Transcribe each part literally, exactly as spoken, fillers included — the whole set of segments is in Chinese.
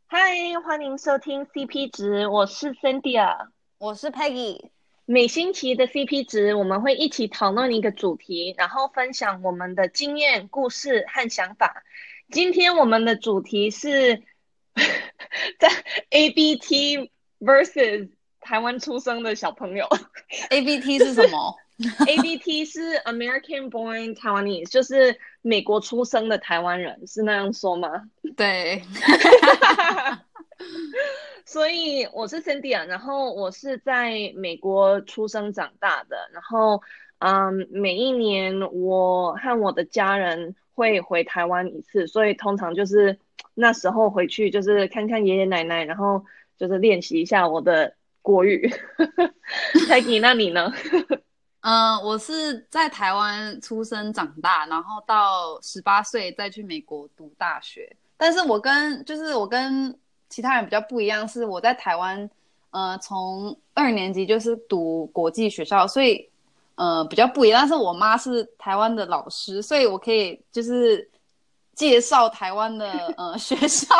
嗨，欢迎收听 C P 值，我是 Cindy 啊。 我是 Peggy。 每星期的 C P 值，我们会一起讨论一个主题，然后分享我们的经验、故事和想法。今天我们的主题是在 A B T versus 台湾出生的小朋友， A B T 就是是什么？ A B T 是 American Born Taiwanese，就是美国出生的台湾人，是那样说吗？ 对。 所以我是 Cindy 啊，然后我是在美国出生长大的，然后嗯，每一年我和我的家人会回台湾一次，所以通常就是那时候回去就是看看爷爷奶奶，然后就是练习一下我的国语。Peggy，那你呢？ 嗯、呃我是在台湾出生长大，然后到十八岁再去美国读大学。但是我跟就是我跟其他人比较不一样，是我在台湾，呃，从二年级就是读国际学校，所以呃比较不一样。但是我妈是台湾的老师，所以我可以就是介绍台湾的呃学校。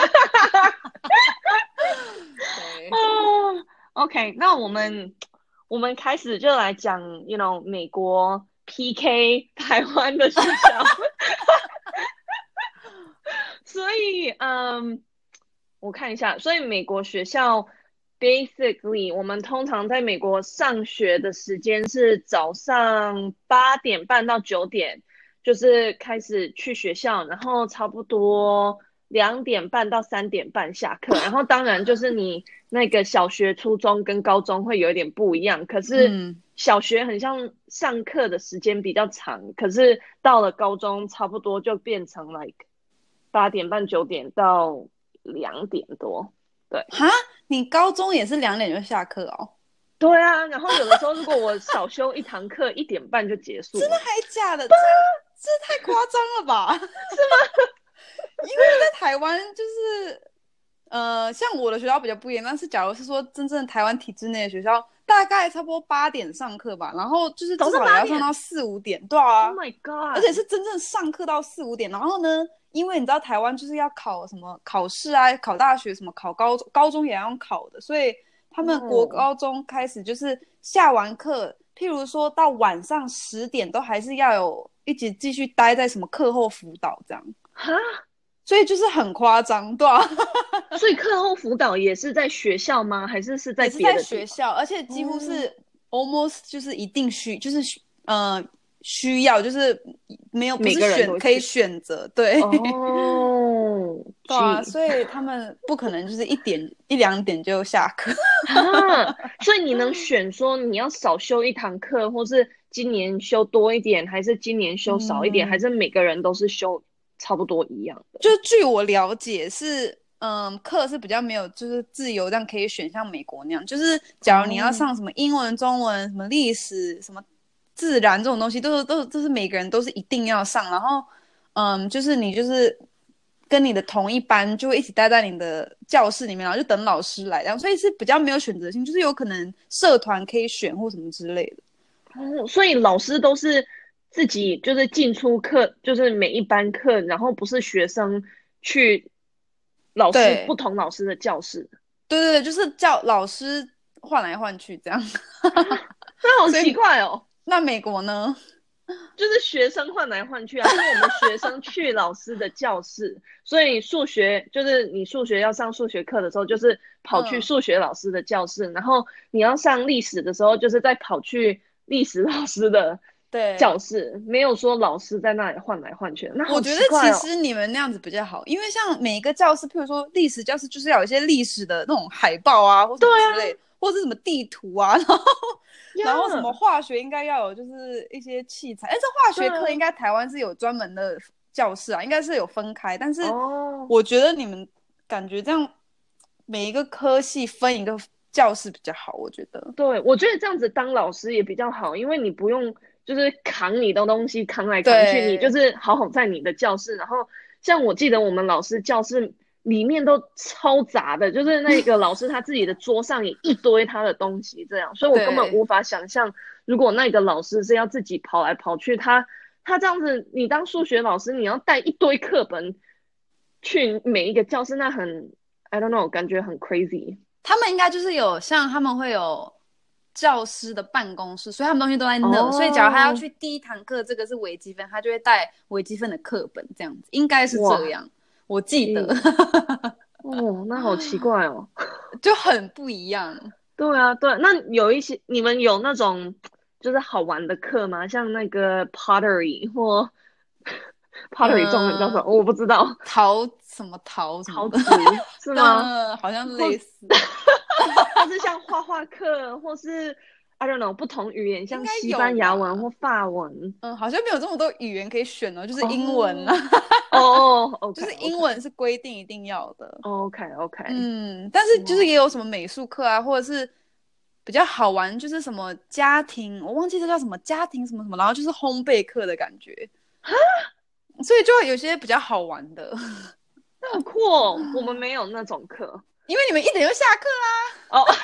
对。 哦，OK，那我们我们开始就来讲，you know，美国 P K 台湾的学校。所以，嗯，我看一下，所以美国学校 basically，我们通常在美国上学的时间是早上八点半到九点，就是开始去学校，然后差不多两点半到三点半下课。然后当然就是你那个小学、初中跟高中会有一点不一样，可是嗯。 小学很像上课的时间比较长，可是到了高中差不多就变成 like 八点半九点到两点多，对。 哈，你高中也是两点就下课哦？ 对啊，然后有的时候如果我少修一堂课，一点半就结束了。 真的还假的？这这太夸张了吧！因为在台湾就是呃，像我的学校比较不一样，但是假如是说真正台湾体制内的学校，大概差不多八点上课吧，然后就是早上至少也要上到八点四五点，对 ，Oh 啊， my 而且 god！ 是真正上课到四五点，然后呢，因为你知道台湾就是要考什么考试啊，考大学什么考高中，高中也要用考的，所以他们国哦， 高中开始就是下完课，譬如说到晚上十点都还是要有一起继续待在什么课后辅导这样， 哈， 所以就是很夸张，对啊。 所以课后辅导也是在学校吗？还是是在也是在别的地方？ 学校，而且几乎哦， 是 almost 就是一定需，就是呃需要，就是没有不是每个人选可以都需选择，对。 哦对啊， ，G 所以他们不可能就是一点一两点就下课。 啊，所以你能选说你要少修一堂课，或是今年修多一点，还是今年修少一点，还嗯， 是每个人都是修差不多一样的？ 就据我了解是，嗯，课是比较没有就是自由这样可以选，像美国那样，就是假如你要哦， 上什么英文、中文、什么历史、什么自然这种东西，都是都是都是每个人都是一定要上，然后，嗯，就是你就是跟你的同一班就会一起待在你的教室里面，然后就等老师来，这样，所以是比较没有选择性，就是有可能社团可以选或什么之类的。 哦，所以老师都是自己就是进出课，就是每一班课，然后不是学生去老师不对同老师的教室。 对对，就是叫老师换来换去这样。 啊，那好奇所以怪哦。 那美国呢？ 就是学生换来换去啊，是我们学生去老师的教室，所以数学就是你数学要上数学课的时候，就是跑去嗯， 数学老师的教室，然后你要上历史的时候，就是再跑去历史老师的教对， 室，没有说老师在那里换来换去，那好我觉得奇怪哦。 其实你们那样子比较好，因为像每一个教室，譬如说历史教室，就是要有一些历史的那种海报啊，或什对啊， 么之类，或是什么地图啊，然后然后什么呀， 化学应该要有就是一些器材，哎，这化学课应对啊， 该台湾是有专门的教室啊，应该是有分开，但是哦。 我觉得你们感觉这样每一个科系分一个教室比较好，我觉得。 对，我觉得这样子当老师也比较好，因为你不用就是扛你的东西扛来扛去，你就对是好好在你的教室。然后像我记得我们老师教室里面都超杂的，就是那个老师他自己的桌上也一堆他的东西，这样，所以我根本对， 无法想象，如果那个老师是要自己跑来跑去，他他这样子，你当数学老师，你要带一堆课本去每一个教室，那很 I don't know，感觉很 crazy。 他们应该就是有像他们会有教师的办公室，所以他们东西都在那。 哦， 所以假如他要去第一堂课，这个是微积分，他就会带微积分的课本，这样子应该是这样，我记得。 哦，那好奇怪哦， 就很不一样。 对啊，对，那有一些你们有那种就是好玩的课吗？像那个 pottery 或 pottery 中文叫什么？我不知道。 陶什么陶什么的， 陶瓷是吗？ 好像类似。 或是像画画课，或是 I don't know 不同语言，像西班牙文或法文。 嗯，好像没有这么多语言可以选哦，就是英文啊。 哦哦， 就是英文是规定一定要的。 OK OK。 嗯，但是就是也有什么美术课啊，或者是比较好玩，就是什么家庭，我忘记这叫什么家庭什么什么，然后就是烘焙课的感觉。所以就有些比较好玩的。 那好酷哦，我们没有那种课， 因为你们一点就下课啦。哦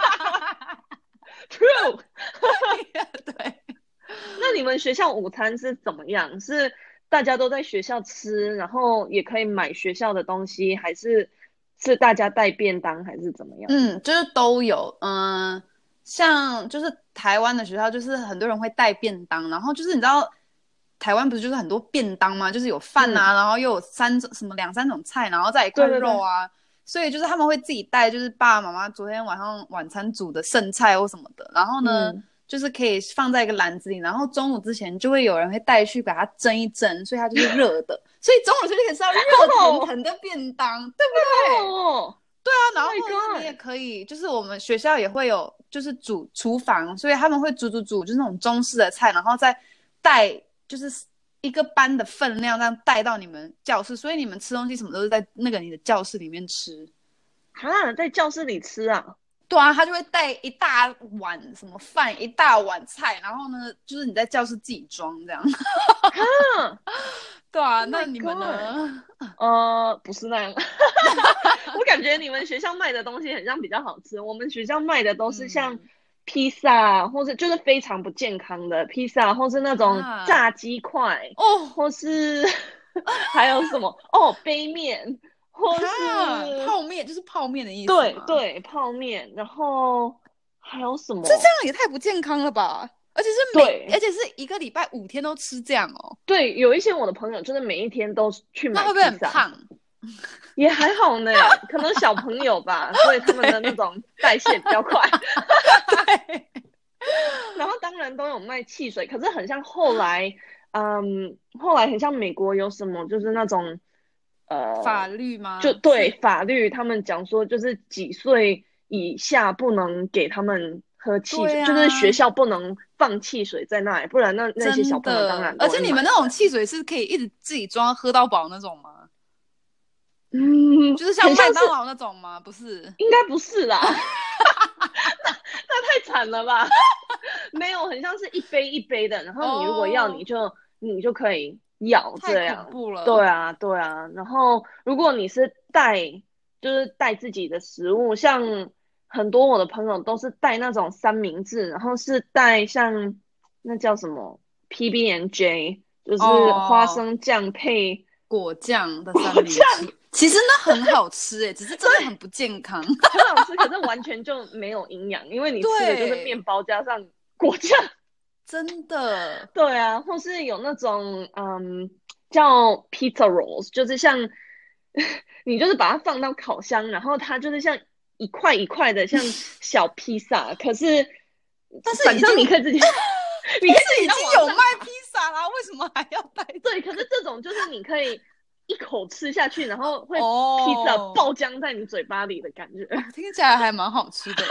，True。 对。 那你们学校午餐是怎么样？是大家都在学校吃，然后也可以买学校的东西，还是是大家带便当，还是怎么样？ 嗯，就是都有。嗯，像就是台湾的学校，就是很多人会带便当，然后就是你知道台湾不是就是很多便当吗？就是有饭啊，嗯、然后又有三种什么两三种菜，然后再一块肉啊。对对对，所以就是他们会自己带，就是爸爸妈妈昨天晚上晚餐煮的剩菜或什么的，然后呢、嗯、就是可以放在一个篮子里，然后中午之前就会有人会带去把它蒸一蒸，所以它就是热的。所以中午就可以吃到热腾腾的便当，对不对？哦，对啊，然后你也可以，就是我们学校也会有，就是煮厨房，所以他们会煮煮煮，就是那种中式的菜，然后再带就是一个班的分量，这样带到你们教室，所以你们吃东西什么都是在那个你的教室里面吃。 啊，在教室里吃啊？ 对啊，他就会带一大碗什么饭，一大碗菜，然后呢，就是你在教室自己装这样。啊，对啊， oh、那你们呢？ 呃，不是那样。我感觉你们学校卖的东西很像比较好吃，我们学校卖的都是像披萨，嗯、或者就是非常不健康的披萨，或是那种炸鸡块，哦、啊，或是还有什么哦杯面，或是泡面，就是泡面的意思。 对对，泡面，然后还有什么？ 这这样也太不健康了吧！而且是每，而且是一个礼拜五天都吃这样哦。 对，有一些我的朋友就是每一天都去买披萨。 那会不会很胖？ 也还好呢，可能小朋友吧，所以他们的那种代谢比较快。对。然后当然都有卖汽水，可是很像后来，嗯，后来很像美国有什么就是那种呃法律吗？ 就对法律，他们讲说就是几岁以下不能给他们喝汽水，啊、就是学校不能放汽水在那里，不然那那些小朋友当然。 而且你们那种汽水是可以一直自己装喝到饱那种吗？ 嗯， 就是像麦当劳那种吗？不是， 应该不是啦。那, 那太惨了吧？没有，很像是一杯一杯的，然后你如果要，你就、oh, 你就可以舀这样。 太恐怖了。 对啊，对啊。然后如果你是带，就是带自己的食物，像很多我的朋友都是带那种三明治，然后是带像那叫什么 P B and J， 就是花生酱配。Oh. 果酱的三明治，其实那很好吃哎、欸，只是真的很不健康。 很好吃，可是完全就没有营养，因为你吃的就是面包加上果酱。 真的。 对啊，或是有那种嗯叫 pizza rolls， 就是像你就是把它放到烤箱，然后它就是像一块一块的像小披萨，可是但是反正你可以自己。 你是已经有卖披萨啦，为什么还要带？ 对，可是这种就是你可以一口吃下去，然后会披萨爆浆在你嘴巴里的感觉，哦、 听起来还蛮好吃的。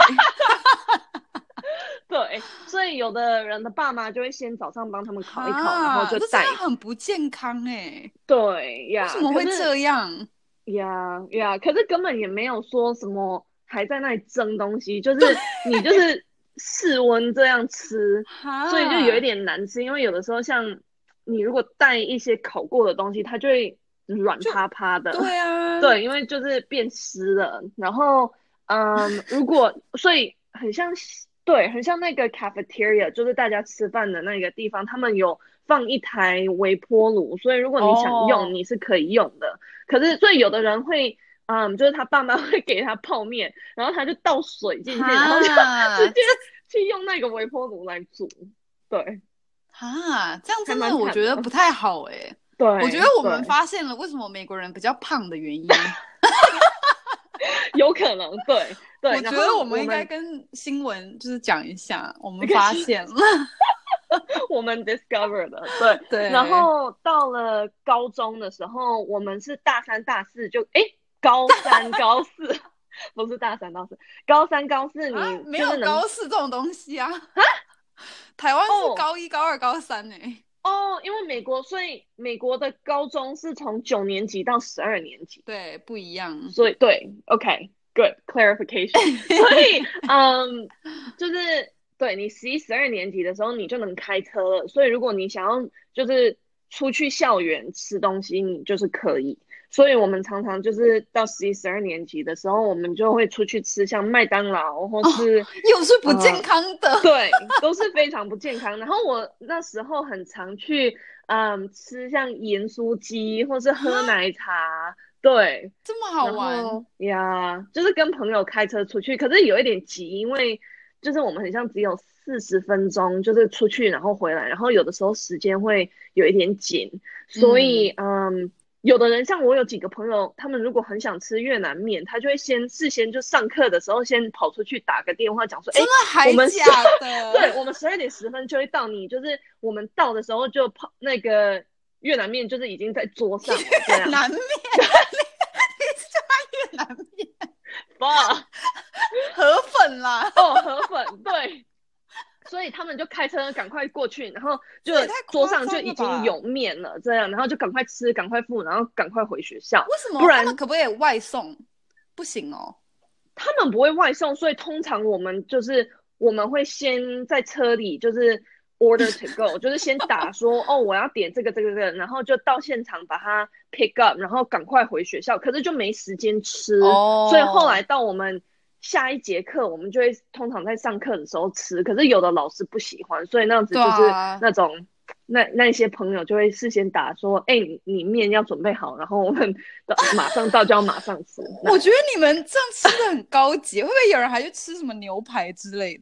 对，所以有的人的爸妈就会先早上帮他们烤一烤，然后就带。 这很不健康哎、欸。 对呀， 为什么会这样？ 呀呀，可是根本也没有说什么还在那里蒸东西，就是你就是。室温这样吃，所以就有一点难吃，因为有的时候像你如果带一些烤过的东西，它就会软趴趴的。 对啊， 对，因为就是变湿了。然后，嗯，如果所以很像，对，很像那个 cafeteria， 就是大家吃饭的那个地方，他们有放一台微波炉，所以如果你想用， oh. 你是可以用的。可是，所以有的人会。 嗯，就是他爸妈会给他泡面，然后他就倒水进去，然后就哈， 直接去用那个微波炉来煮。对， 哈，这样还真的我蛮惨的。 觉得不太好哎。 对， 我觉得我们对， 发现了为什么美国人比较胖的原因。 有可能，对对。 我觉然后得我们应该我们跟新闻就是讲一下，我们这个发现了。 我们 discover 的，对。 对， 然后到了高中的时候，我们是大三、大四就哎，高三、高四不是大三、大四，高三、高四啊， 你没有就是能高四这种东西啊。台湾是哦高一、高二、高三呢、欸。 哦，因为美国，所以美国的高中是从九年级到十二年级， 对，不一样。 所以对，OK，good clarification。所以嗯，就是对你十一、十二年级的时候，你就能开车了。所以如果你想要就是出去校园吃东西，你就是可以。所以我们常常就是到十一、十二年级的时候，我们就会出去吃像麦当劳或哦， 是、 又是不健康的。 呃，对，都是非常不健康。然后我那时候很常去嗯吃像盐酥鸡或是喝啊， 奶茶，对。 这么好然玩。 后呀，就是跟朋友开车出去，可是有一点急，因为就是我们很像只有四十分钟，就是出去然后回来，然后有的时候时间会有一点紧，所以嗯， 嗯，有的人像我有几个朋友，他们如果很想吃越南面，他就会先事先就上课的时候先跑出去打个电话讲说，哎， 真的还我们是， 假的？ 对，我们十二点十分就会到你，就是我们到的时候就泡那个越南面就是已经在桌上了，这样。 越南面，你是叫它越南面？ 哇， 河粉啦。 哦，河粉，对。所以他们就开车赶快过去，然后就这也太桌夸张上就已经了吧？ 有面了，这样，然后就赶快吃，赶快付，然后赶快回学校， 为什么他不然们可不可以外送？不行哦。 他们不会外送，所以通常我们就是我们会先在车里就是 order to go，就是先打说哦我要点这个这个这个，然后就到现场把它 pick up，然后赶快回学校，可是就没时间吃， 哦， 所以后来到我们下一节课，我们就会通常在上课的时候吃，可是有的老师不喜欢，所以那样子就是啊， 那种。那那些朋友就会事先打说，哎、欸，你你面要准备好，然后我们马上到就要马上吃。 我觉得你们这样吃的很高级，会不会有人还去吃什么牛排之类的？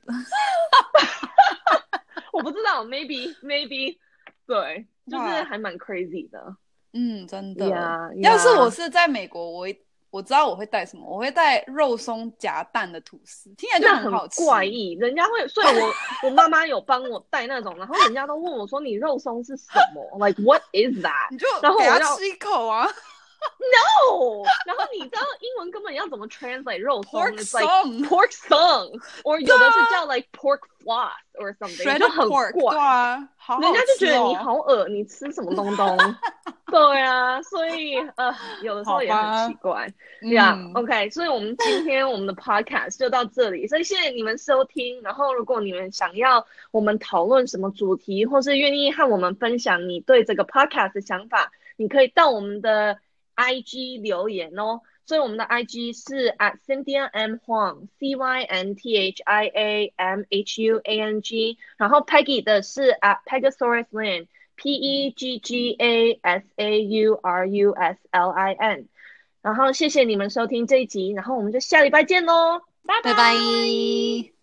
我不知道 ，maybe maybe，对，就是还蛮 crazy 的。 嗯，真的。 呀， 要是我是在美国，我我知道我会带什么，我会带肉松夹蛋的吐司，听起来就很好吃。 怪异，人家会，所以我我妈妈有帮我带那种，然后人家都问我说你肉松是什么？Like what is that？ 你就然后我要吃一口啊。 No，然后你知道英文根本要怎么 translate 肉松 pork ？It's like song pork song，or 有的是叫 like pork floss or something，就很 pork， 怪。 对啊，好好吃哦， 人家就觉得你好恶，你吃什么东东？对啊，所以呃，有的时候也很奇怪呀。 嗯、 OK，所以我们今天我们的 podcast 就到这里，所以谢谢你们收听。然后，如果你们想要我们讨论什么主题，或是愿意和我们分享你对这个 podcast 的想法，你可以到我们的 I G 留言哦。所以我们的 I G 是 at Cynthia M Huang C Y N T H I A M H U A N G， 然后 Peggy 的是 at Pegasaurus Lin P E G G A S A U R U S L I N。然后谢谢你们收听这一集，然后我们就下礼拜见喽，拜拜拜。